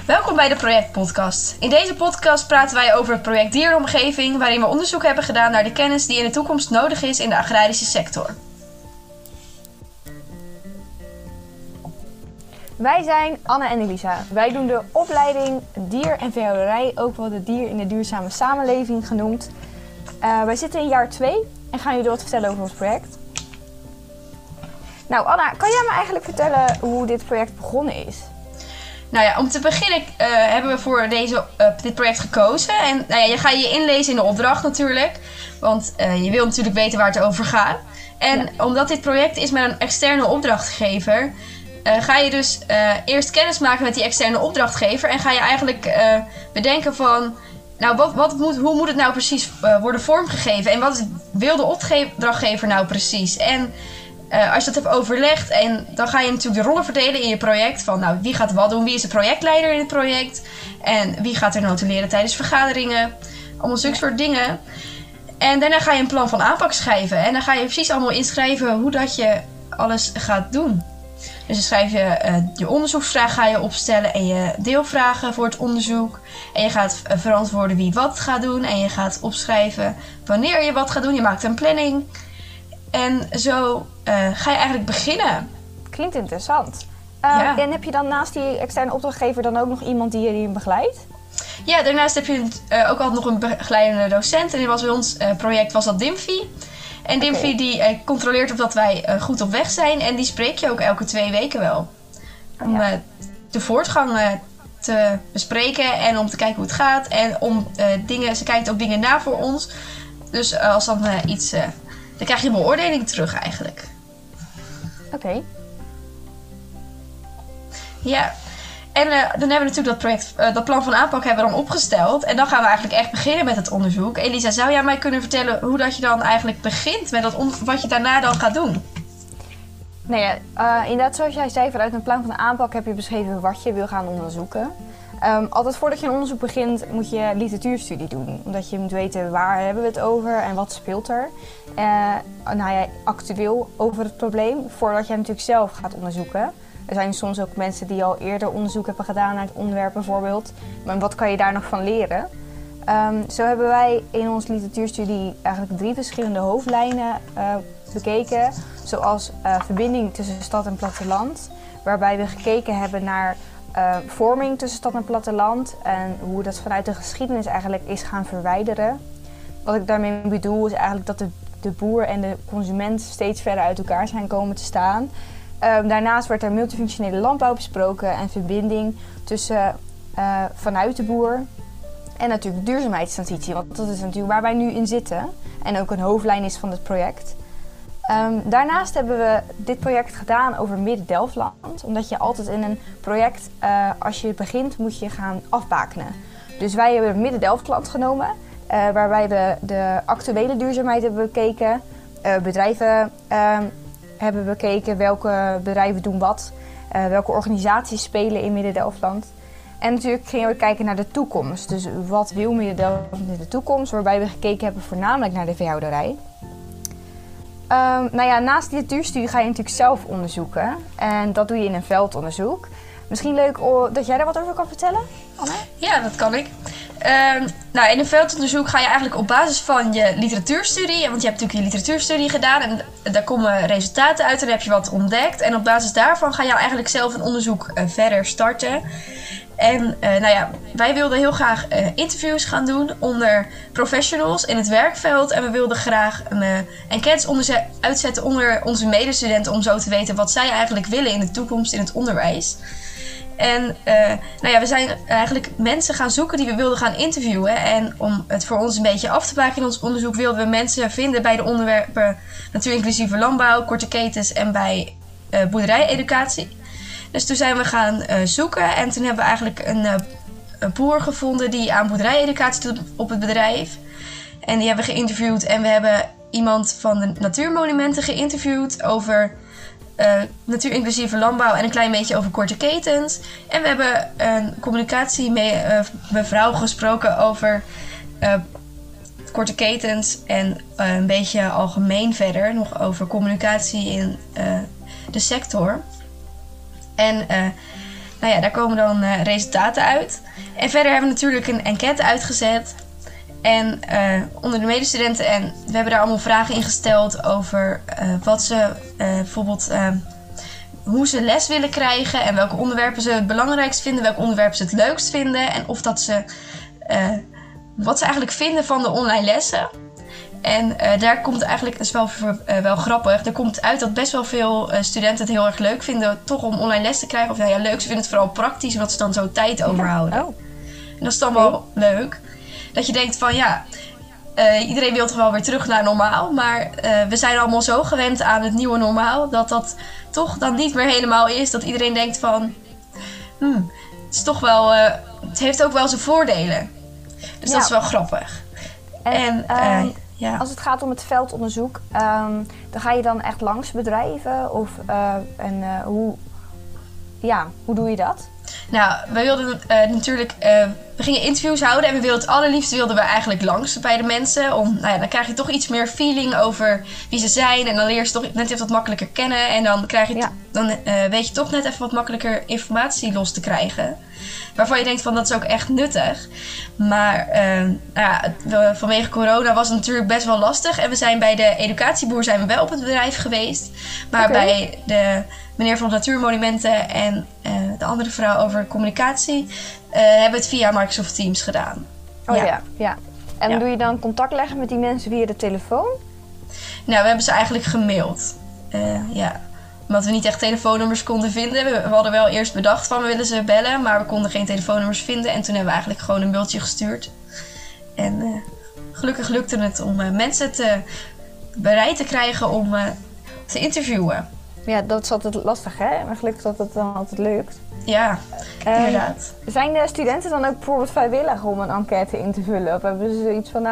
Welkom bij de Projectpodcast. In deze podcast praten wij over het project Dierenomgeving, waarin we onderzoek hebben gedaan naar de kennis die in de toekomst nodig is in de agrarische sector. Wij zijn Anne en Elisa. Wij doen de opleiding Dier en Veehouderij, ook wel de Dier in de Duurzame Samenleving genoemd. Wij zitten in jaar 2 en gaan jullie wat vertellen over ons project. Nou Anna, kan jij me eigenlijk vertellen hoe dit project begonnen is? Nou ja, om te beginnen hebben we voor dit project gekozen. En nou ja, je gaat je inlezen in de opdracht natuurlijk. Want je wil natuurlijk weten waar het over gaat. En omdat dit project is met een externe opdrachtgever, ga je dus eerst kennis maken met die externe opdrachtgever. En ga je eigenlijk bedenken van, nou, hoe moet het nou precies worden vormgegeven? En wat wil de opdrachtgever nou precies? En als je dat hebt overlegd, en dan ga je natuurlijk de rollen verdelen in je project. Van nou, wie gaat wat doen? Wie is de projectleider in het project? En wie gaat er notuleren tijdens vergaderingen? Allemaal zulke soort dingen. En daarna ga je een plan van aanpak schrijven. En dan ga je precies allemaal inschrijven hoe dat je alles gaat doen. Dus dan schrijf je onderzoeksvraag ga je opstellen en je deelvragen voor het onderzoek. En je gaat verantwoorden wie wat gaat doen. En je gaat opschrijven wanneer je wat gaat doen. Je maakt een planning. En zo ga je eigenlijk beginnen. Klinkt interessant. En heb je dan naast die externe opdrachtgever dan ook nog iemand die je begeleidt? Ja, daarnaast heb je ook altijd nog een begeleidende docent. En in ons project was dat Dimfy. En Dimfy die controleert of dat wij goed op weg zijn. En die spreek je ook elke 2 weken wel. Om de voortgang te bespreken en om te kijken hoe het gaat. En om ze kijkt ook dingen na voor ons. Dus als dan iets... dan krijg je een beoordeling terug eigenlijk. Oké. Ja. En dan hebben we natuurlijk dat project, dat plan van aanpak hebben we dan opgesteld. En dan gaan we eigenlijk echt beginnen met het onderzoek. Elisa, zou jij mij kunnen vertellen hoe dat je dan eigenlijk begint met wat je daarna dan gaat doen? Nou ja, inderdaad zoals jij zei, vanuit een plan van aanpak heb je beschreven wat je wil gaan onderzoeken. Altijd voordat je een onderzoek begint moet je literatuurstudie doen. Omdat je moet weten waar hebben we het over en wat speelt er. Actueel over het probleem, voordat je natuurlijk zelf gaat onderzoeken. Er zijn soms ook mensen die al eerder onderzoek hebben gedaan naar het onderwerp bijvoorbeeld. Maar wat kan je daar nog van leren? Zo hebben wij in onze literatuurstudie eigenlijk 3 verschillende hoofdlijnen bekeken. Zoals verbinding tussen stad en platteland. Waarbij we gekeken hebben naar vorming tussen stad en platteland. En hoe dat vanuit de geschiedenis eigenlijk is gaan verwijderen. Wat ik daarmee bedoel is eigenlijk dat de boer en de consument steeds verder uit elkaar zijn komen te staan. Daarnaast werd er multifunctionele landbouw besproken en verbinding tussen vanuit de boer en natuurlijk duurzaamheidstransitie, want dat is natuurlijk waar wij nu in zitten en ook een hoofdlijn is van het project. Daarnaast hebben we dit project gedaan over Midden-Delfland, omdat je altijd in een project, als je begint, moet je gaan afbakenen. Dus wij hebben Midden-Delfland genomen, waarbij we de actuele duurzaamheid hebben bekeken, bedrijven hebben bekeken, welke bedrijven doen wat, welke organisaties spelen in Midden-Delfland. En natuurlijk gingen we kijken naar de toekomst. Dus wat wil Midden-Delfland in de toekomst, waarbij we gekeken hebben voornamelijk naar de veehouderij. Naast die literatuurstudie ga je natuurlijk zelf onderzoeken. En dat doe je in een veldonderzoek. Misschien leuk dat jij daar wat over kan vertellen, Anne? Ja, dat kan ik. In een veldonderzoek ga je eigenlijk op basis van je literatuurstudie, want je hebt natuurlijk je literatuurstudie gedaan en daar komen resultaten uit en dan heb je wat ontdekt. En op basis daarvan ga je eigenlijk zelf een onderzoek verder starten. En wij wilden heel graag interviews gaan doen onder professionals in het werkveld. En we wilden graag een enquête uitzetten onder onze medestudenten om zo te weten wat zij eigenlijk willen in de toekomst in het onderwijs. En we zijn eigenlijk mensen gaan zoeken die we wilden gaan interviewen. En om het voor ons een beetje af te maken in ons onderzoek wilden we mensen vinden bij de onderwerpen natuurinclusieve landbouw, korte ketens en bij boerderijeducatie. Dus toen zijn we gaan zoeken en toen hebben we eigenlijk een boer gevonden die aan boerderijeducatie doet op het bedrijf. En die hebben we geïnterviewd en we hebben iemand van de natuurmonumenten geïnterviewd over natuurinclusieve landbouw en een klein beetje over korte ketens. En we hebben een communicatiemevrouw gesproken over korte ketens en een beetje algemeen verder nog over communicatie in de sector. En Nou ja, daar komen dan resultaten uit. En verder hebben we natuurlijk een enquête uitgezet. En onder de medestudenten. En we hebben daar allemaal vragen in gesteld over wat ze bijvoorbeeld... hoe ze les willen krijgen en welke onderwerpen ze het belangrijkst vinden, welke onderwerpen ze het leukst vinden en of dat ze wat ze eigenlijk vinden van de online lessen. En daar komt eigenlijk, dat is wel grappig, er komt uit dat best wel veel studenten het heel erg leuk vinden toch om online les te krijgen. Of ja, leuk, ze vinden het vooral praktisch omdat ze dan zo tijd overhouden. Oh. En dat is dan wel leuk. Dat je denkt van ja, iedereen wil toch wel weer terug naar normaal. Maar we zijn allemaal zo gewend aan het nieuwe normaal dat dat toch dan niet meer helemaal is. Dat iedereen denkt van, het is toch wel, het heeft ook wel zijn voordelen. Dus dat is wel grappig. En ja. Als het gaat om het veldonderzoek, dan ga je dan echt langs bedrijven? Of, hoe doe je dat? Nou, we wilden natuurlijk... we gingen interviews houden en we wilden het allerliefst wilden we eigenlijk langs bij de mensen. Dan krijg je toch iets meer feeling over wie ze zijn. En dan leer je ze toch net even wat makkelijker kennen. En dan krijg je weet je toch net even wat makkelijker informatie los te krijgen. Waarvan je denkt van dat is ook echt nuttig. Maar vanwege corona was het natuurlijk best wel lastig. En we zijn bij de educatieboer zijn we wel op het bedrijf geweest. Maar bij de meneer van de Natuurmonumenten en de andere vrouw over communicatie hebben we het via Microsoft Teams gedaan. Ja. En doe je dan contact leggen met die mensen via de telefoon? Nou, we hebben ze eigenlijk gemaild. Omdat we niet echt telefoonnummers konden vinden. We hadden wel eerst bedacht van we willen ze bellen, maar we konden geen telefoonnummers vinden. En toen hebben we eigenlijk gewoon een mailtje gestuurd. En gelukkig lukte het om mensen bereid te krijgen om te interviewen. Ja, dat is altijd lastig, hè? Maar gelukkig dat het dan altijd lukt. Ja, inderdaad. Zijn de studenten dan ook bijvoorbeeld vrijwillig om een enquête in te vullen? Of hebben ze zoiets van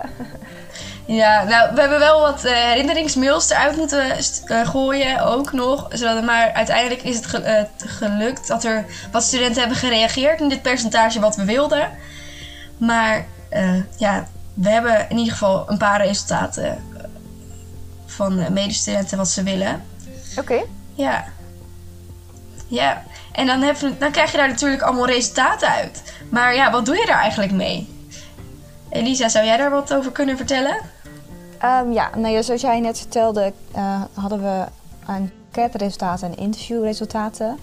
Ja, nou, we hebben wel wat herinneringsmails eruit moeten gooien ook nog. Maar uiteindelijk is het gelukt dat er wat studenten hebben gereageerd in dit percentage wat we wilden. Maar we hebben in ieder geval een paar resultaten van medestudenten wat ze willen. Oké. Ja. Ja. En dan krijg je daar natuurlijk allemaal resultaten uit. Maar ja, wat doe je daar eigenlijk mee? Elisa, zou jij daar wat over kunnen vertellen? Zoals jij net vertelde, hadden we enquête-resultaten en interviewresultaten.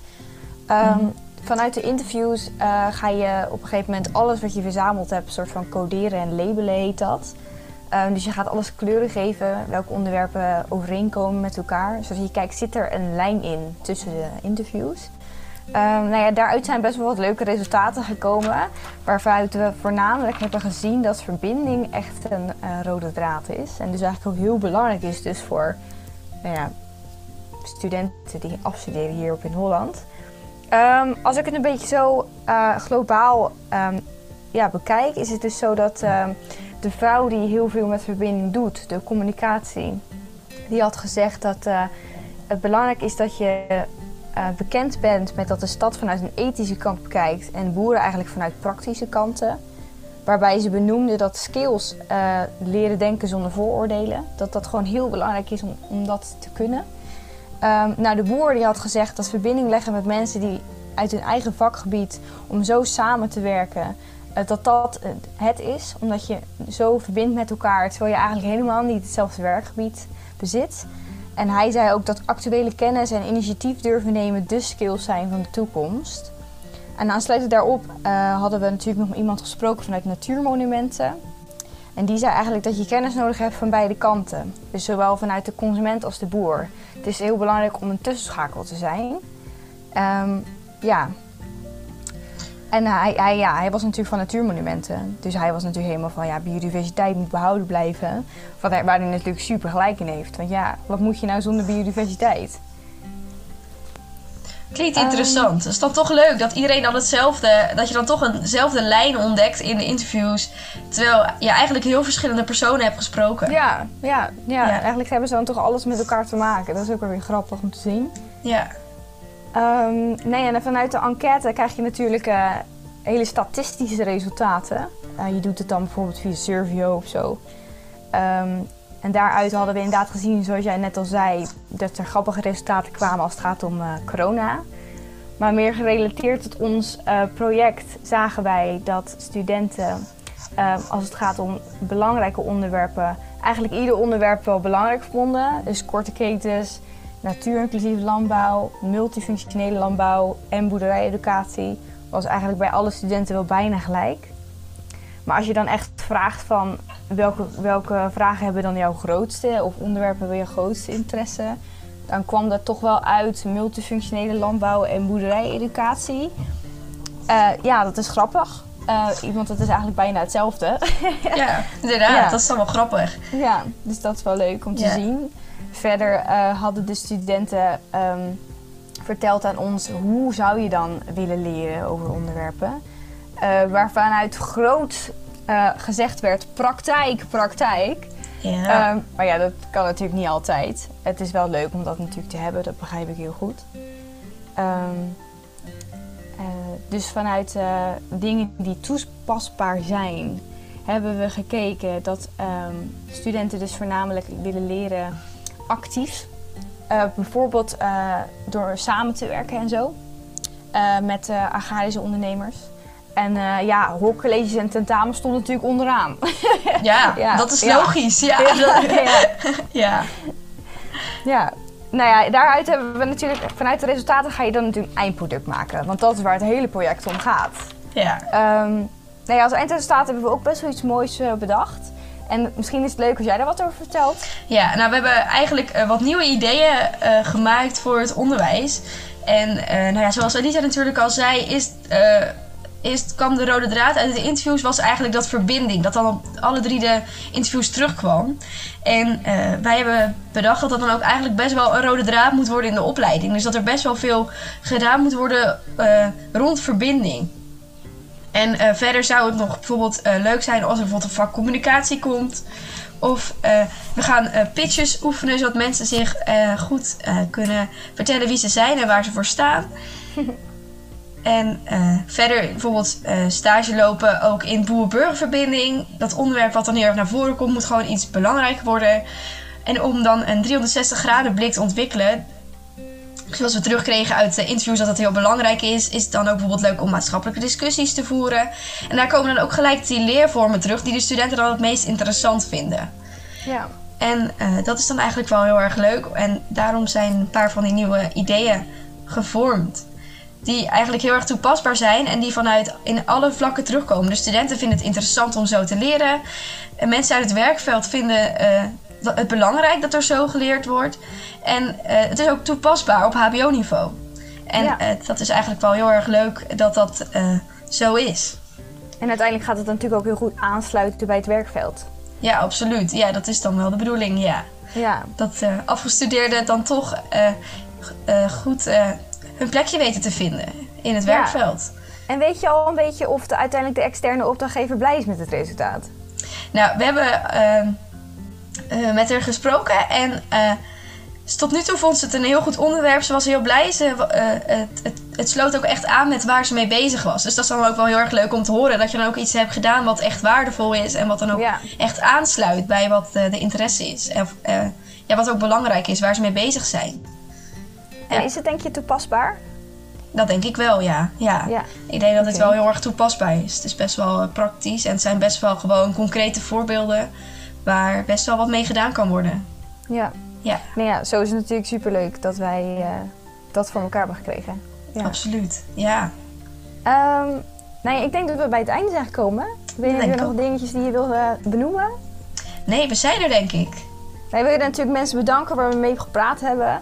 Vanuit de interviews ga je op een gegeven moment alles wat je verzameld hebt, soort van coderen en labelen heet dat. Dus je gaat alles kleuren geven, welke onderwerpen overeenkomen met elkaar. Zodat je kijkt, zit er een lijn in tussen de interviews? Daaruit zijn best wel wat leuke resultaten gekomen. Waaruit we voornamelijk hebben gezien dat verbinding echt een rode draad is. En dus eigenlijk ook heel belangrijk is dus voor studenten die afstuderen hier in Holland. Als ik het een beetje zo globaal bekijk, is het dus zo dat de vrouw die heel veel met verbinding doet, de communicatie, die had gezegd dat het belangrijk is dat je bekend bent met dat de stad vanuit een ethische kant bekijkt en boeren eigenlijk vanuit praktische kanten. Waarbij ze benoemde dat skills, leren denken zonder vooroordelen, dat gewoon heel belangrijk is om dat te kunnen. De boer die had gezegd dat verbinding leggen met mensen die uit hun eigen vakgebied, om zo samen te werken, dat het is. Omdat je zo verbindt met elkaar, terwijl je eigenlijk helemaal niet hetzelfde werkgebied bezit. En hij zei ook dat actuele kennis en initiatief durven nemen de skills zijn van de toekomst. En aansluitend daarop hadden we natuurlijk nog iemand gesproken vanuit Natuurmonumenten. En die zei eigenlijk dat je kennis nodig hebt van beide kanten. Dus zowel vanuit de consument als de boer. Het is heel belangrijk om een tussenschakel te zijn. En hij was natuurlijk van Natuurmonumenten. Dus hij was natuurlijk helemaal van biodiversiteit moet behouden blijven. Waar hij natuurlijk super gelijk in heeft. Want wat moet je nou zonder biodiversiteit? Klinkt interessant. Het is dan toch leuk dat iedereen dan hetzelfde, dat je dan toch eenzelfde lijn ontdekt in de interviews. Terwijl je eigenlijk heel verschillende personen hebt gesproken. Ja. Eigenlijk hebben ze dan toch alles met elkaar te maken. Dat is ook wel weer grappig om te zien. Ja. En vanuit de enquête krijg je natuurlijk hele statistische resultaten. Je doet het dan bijvoorbeeld via Survio of zo. En daaruit hadden we inderdaad gezien, zoals jij net al zei, dat er grappige resultaten kwamen als het gaat om corona. Maar meer gerelateerd tot ons project zagen wij dat studenten, als het gaat om belangrijke onderwerpen, eigenlijk ieder onderwerp wel belangrijk vonden. Dus korte ketens, natuurinclusieve landbouw, multifunctionele landbouw en boerderijeducatie was eigenlijk bij alle studenten wel bijna gelijk. Maar als je dan echt vraagt van welke vragen hebben dan jouw grootste of onderwerpen hebben jouw grootste interesse, dan kwam dat toch wel uit multifunctionele landbouw en boerderijeducatie. Ja, dat is grappig. Want het is eigenlijk bijna hetzelfde. Ja, inderdaad. Ja. Dat is dan wel grappig. Ja, dus dat is wel leuk om te zien. Verder hadden de studenten verteld aan ons hoe zou je dan willen leren over onderwerpen. Waarvanuit groot gezegd werd praktijk. Ja. Maar ja, dat kan natuurlijk niet altijd. Het is wel leuk om dat natuurlijk te hebben, dat begrijp ik heel goed. Dus vanuit dingen die toepasbaar zijn, hebben we gekeken dat studenten dus voornamelijk willen leren actief. Bijvoorbeeld door samen te werken en zo. Met agrarische ondernemers. En hoorcolleges en tentamens stonden natuurlijk onderaan. Ja, dat is logisch. Ja. Nou ja, daaruit hebben we natuurlijk, vanuit de resultaten ga je dan natuurlijk een eindproduct maken. Want dat is waar het hele project om gaat. Ja. Als eindresultaat hebben we ook best wel iets moois bedacht. En misschien is het leuk als jij daar wat over vertelt. Ja, nou we hebben eigenlijk wat nieuwe ideeën gemaakt voor het onderwijs. En zoals Elisa natuurlijk al zei, Eerst kwam de rode draad uit de interviews, was eigenlijk dat verbinding. Dat dan op alle 3 de interviews terugkwam. En wij hebben bedacht dat dat dan ook eigenlijk best wel een rode draad moet worden in de opleiding. Dus dat er best wel veel gedaan moet worden rond verbinding. En verder zou het nog bijvoorbeeld leuk zijn als er bijvoorbeeld een vak communicatie komt. Of we gaan pitches oefenen, zodat mensen zich goed kunnen vertellen wie ze zijn en waar ze voor staan. En verder bijvoorbeeld stage lopen ook in boer-burgerverbinding. Dat onderwerp wat dan heel erg naar voren komt moet gewoon iets belangrijker worden. En om dan een 360 graden blik te ontwikkelen, zoals we terugkregen uit de interviews dat het heel belangrijk is het dan ook bijvoorbeeld leuk om maatschappelijke discussies te voeren. En daar komen dan ook gelijk die leervormen terug die de studenten dan het meest interessant vinden. Ja. En dat is dan eigenlijk wel heel erg leuk. En daarom zijn een paar van die nieuwe ideeën gevormd. Die eigenlijk heel erg toepasbaar zijn en die vanuit in alle vlakken terugkomen. De studenten vinden het interessant om zo te leren. En mensen uit het werkveld vinden het belangrijk dat er zo geleerd wordt. En het is ook toepasbaar op hbo-niveau. En dat is eigenlijk wel heel erg leuk dat dat zo is. En uiteindelijk gaat het natuurlijk ook heel goed aansluiten bij het werkveld. Ja, absoluut. Ja, dat is dan wel de bedoeling, ja. Dat afgestudeerden dan toch goed hun plekje weten te vinden in het werkveld. En weet je al een beetje of uiteindelijk de externe opdrachtgever blij is met het resultaat? Nou, we hebben met haar gesproken en tot nu toe vond ze het een heel goed onderwerp. Ze was heel blij. Het sloot ook echt aan met waar ze mee bezig was. Dus dat is dan ook wel heel erg leuk om te horen. Dat je dan ook iets hebt gedaan wat echt waardevol is. En wat dan ook echt aansluit bij wat de interesse is. En wat ook belangrijk is, waar ze mee bezig zijn. En is het denk je toepasbaar? Dat denk ik wel, ja. Ik denk dat het wel heel erg toepasbaar is. Het is best wel praktisch. En het zijn best wel gewoon concrete voorbeelden waar best wel wat mee gedaan kan worden. Ja. Nou ja, zo is het natuurlijk superleuk dat wij dat voor elkaar hebben gekregen. Ja. Absoluut, ja. Ik denk dat we bij het einde zijn gekomen. Heb je nog dingetjes die je wil benoemen? Nee, we zijn er denk ik. Wij willen natuurlijk mensen bedanken waar we mee gepraat hebben.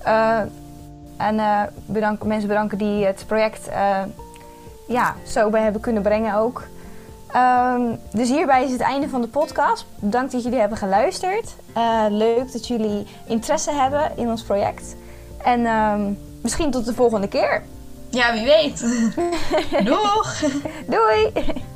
Mensen bedanken die het project zo bij hebben kunnen brengen ook. Dus hierbij is het einde van de podcast. Bedankt dat jullie hebben geluisterd. Leuk dat jullie interesse hebben in ons project. En misschien tot de volgende keer. Ja, wie weet. Doeg! Doei!